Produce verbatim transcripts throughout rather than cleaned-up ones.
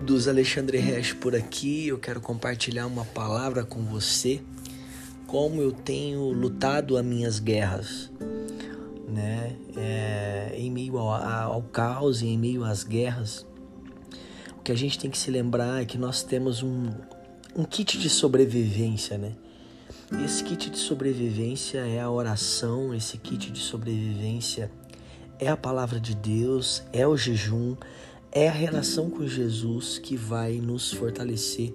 queridos, Alexandre Resch por aqui. Eu quero compartilhar uma palavra com você, como eu tenho lutado as minhas guerras, né? É, em meio ao, ao caos e em meio às guerras, o que a gente tem que se lembrar é que nós temos um, um kit de sobrevivência, né? E esse kit de sobrevivência é a oração, esse kit de sobrevivência é a palavra de Deus, é o jejum, é a relação com Jesus que vai nos fortalecer.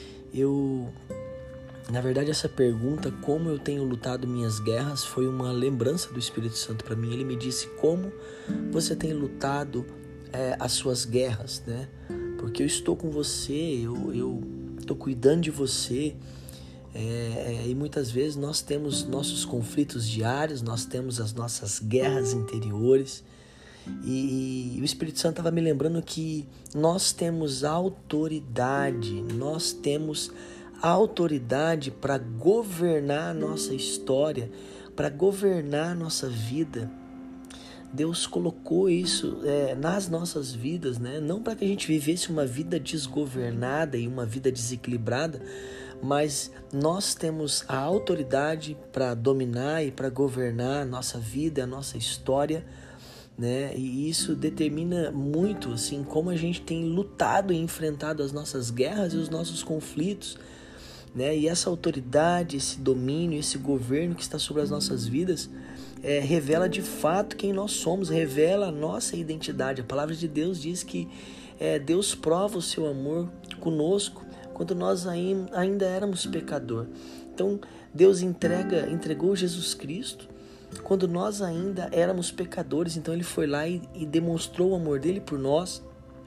Eu, na verdade, essa pergunta, como eu tenho lutado minhas guerras, foi uma lembrança do Espírito Santo para mim. Ele me disse, como você tem lutado é, as suas guerras, né? Porque eu estou com você, eu, eu estou cuidando de você. É, é, e muitas vezes nós temos nossos conflitos diários, nós temos as nossas guerras interiores. E, e o Espírito Santo estava me lembrando que nós temos autoridade, nós temos autoridade para governar a nossa história, para governar a nossa vida. Deus colocou isso é, nas nossas vidas, né? Não para que a gente vivesse uma vida desgovernada e uma vida desequilibrada, mas nós temos a autoridade para dominar e para governar a nossa vida, a nossa história, né? E isso determina muito assim como a gente tem lutado e enfrentado as nossas guerras e os nossos conflitos, né? E essa autoridade, esse domínio, esse governo que está sobre as nossas vidas é, revela de fato quem nós somos, revela a nossa identidade. A palavra de Deus diz que é, Deus prova o seu amor conosco quando nós ainda éramos pecador. Então Deus entrega, entregou Jesus Cristo quando nós ainda éramos pecadores. Então ele foi lá e, e demonstrou o amor dele por nós,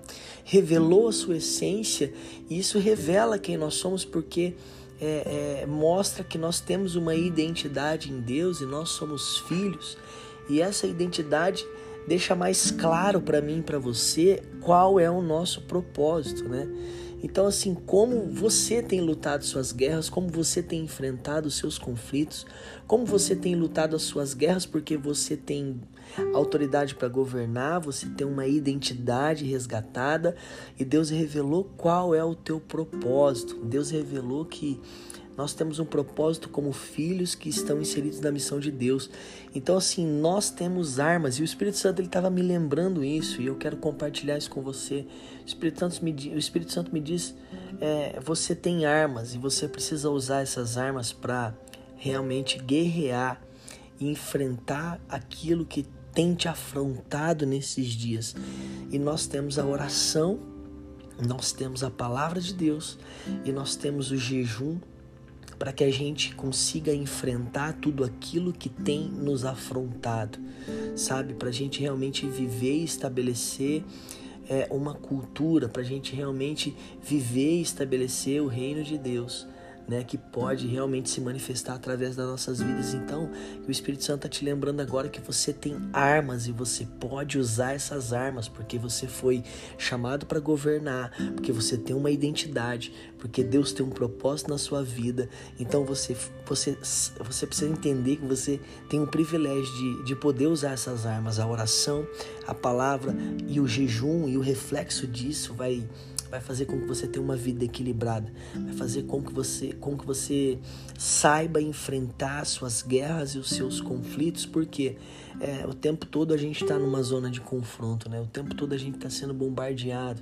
revelou a sua essência, e isso revela quem nós somos, porque é, é, mostra que nós temos uma identidade em Deus e nós somos filhos, e essa identidade deixa mais claro para mim e para você qual é o nosso propósito, né? Então, assim, como você tem lutado suas guerras, como você tem enfrentado os seus conflitos, como você tem lutado as suas guerras, porque você tem autoridade para governar, você tem uma identidade resgatada, e Deus revelou qual é o teu propósito. Deus revelou que nós temos um propósito como filhos que estão inseridos na missão de Deus. Então, assim, nós temos armas, e o Espírito Santo estava me lembrando isso, e eu quero compartilhar isso com você. O Espírito Santo me, o Espírito Santo me diz, é, você tem armas, e você precisa usar essas armas para realmente guerrear e enfrentar aquilo que tem te afrontado nesses dias. E nós temos a oração, nós temos a palavra de Deus, e nós temos o jejum, para que a gente consiga enfrentar tudo aquilo que tem nos afrontado, sabe? Para a gente realmente viver e estabelecer é, uma cultura, para a gente realmente viver e estabelecer o reino de Deus, né? Que pode realmente se manifestar através das nossas vidas. Então, o Espírito Santo está te lembrando agora que você tem armas e você pode usar essas armas, porque você foi chamado para governar, porque você tem uma identidade, porque Deus tem um propósito na sua vida. Então você, você, você precisa entender que você tem o privilégio de, de poder usar essas armas, a oração, a palavra e o jejum, e o reflexo disso vai vai fazer com que você tenha uma vida equilibrada, vai fazer com que você, com que você saiba enfrentar suas guerras e os seus conflitos, porque é, o tempo todo a gente está numa zona de confronto, né? O tempo todo a gente está sendo bombardeado,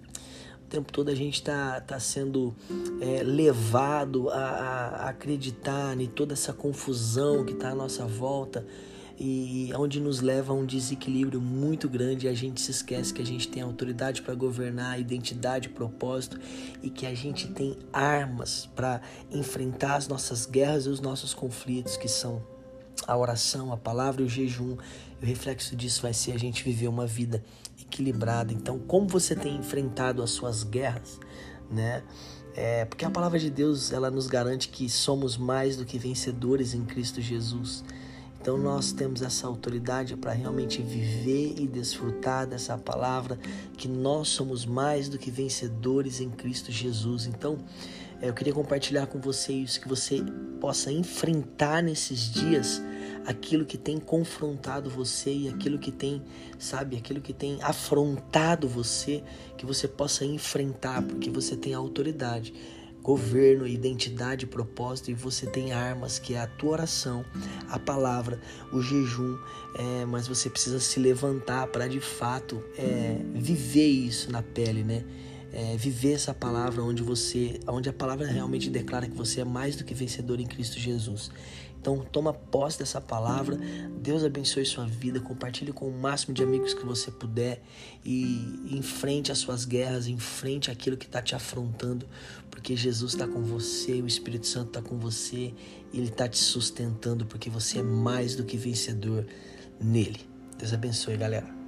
o tempo todo a gente está tá sendo é, levado a, a acreditar em toda essa confusão que está à nossa volta, e onde nos leva a um desequilíbrio muito grande, e a gente se esquece que a gente tem autoridade para governar, identidade, propósito, e que a gente tem armas para enfrentar as nossas guerras e os nossos conflitos, que são a oração, a palavra e o jejum. E o reflexo disso vai ser a gente viver uma vida equilibrada. Então, como você tem enfrentado as suas guerras, né? É, porque a palavra de Deus, ela nos garante que somos mais do que vencedores em Cristo Jesus. Então nós temos essa autoridade para realmente viver e desfrutar dessa palavra, que nós somos mais do que vencedores em Cristo Jesus. Então eu queria compartilhar com você isso, que você possa enfrentar nesses dias aquilo que tem confrontado você e aquilo que tem, sabe, aquilo que tem afrontado você, que você possa enfrentar, porque você tem autoridade, governo, identidade, propósito, e você tem armas, que é a tua oração, a palavra, o jejum, é, mas você precisa se levantar para de fato é, viver isso na pele, né? É, viver essa palavra onde você, onde a palavra realmente declara que você é mais do que vencedor em Cristo Jesus. Então toma posse dessa palavra, Deus abençoe sua vida, compartilhe com o máximo de amigos que você puder e enfrente as suas guerras, enfrente aquilo que está te afrontando, porque Jesus está com você, o Espírito Santo está com você e Ele está te sustentando, porque você é mais do que vencedor nele. Deus abençoe, galera.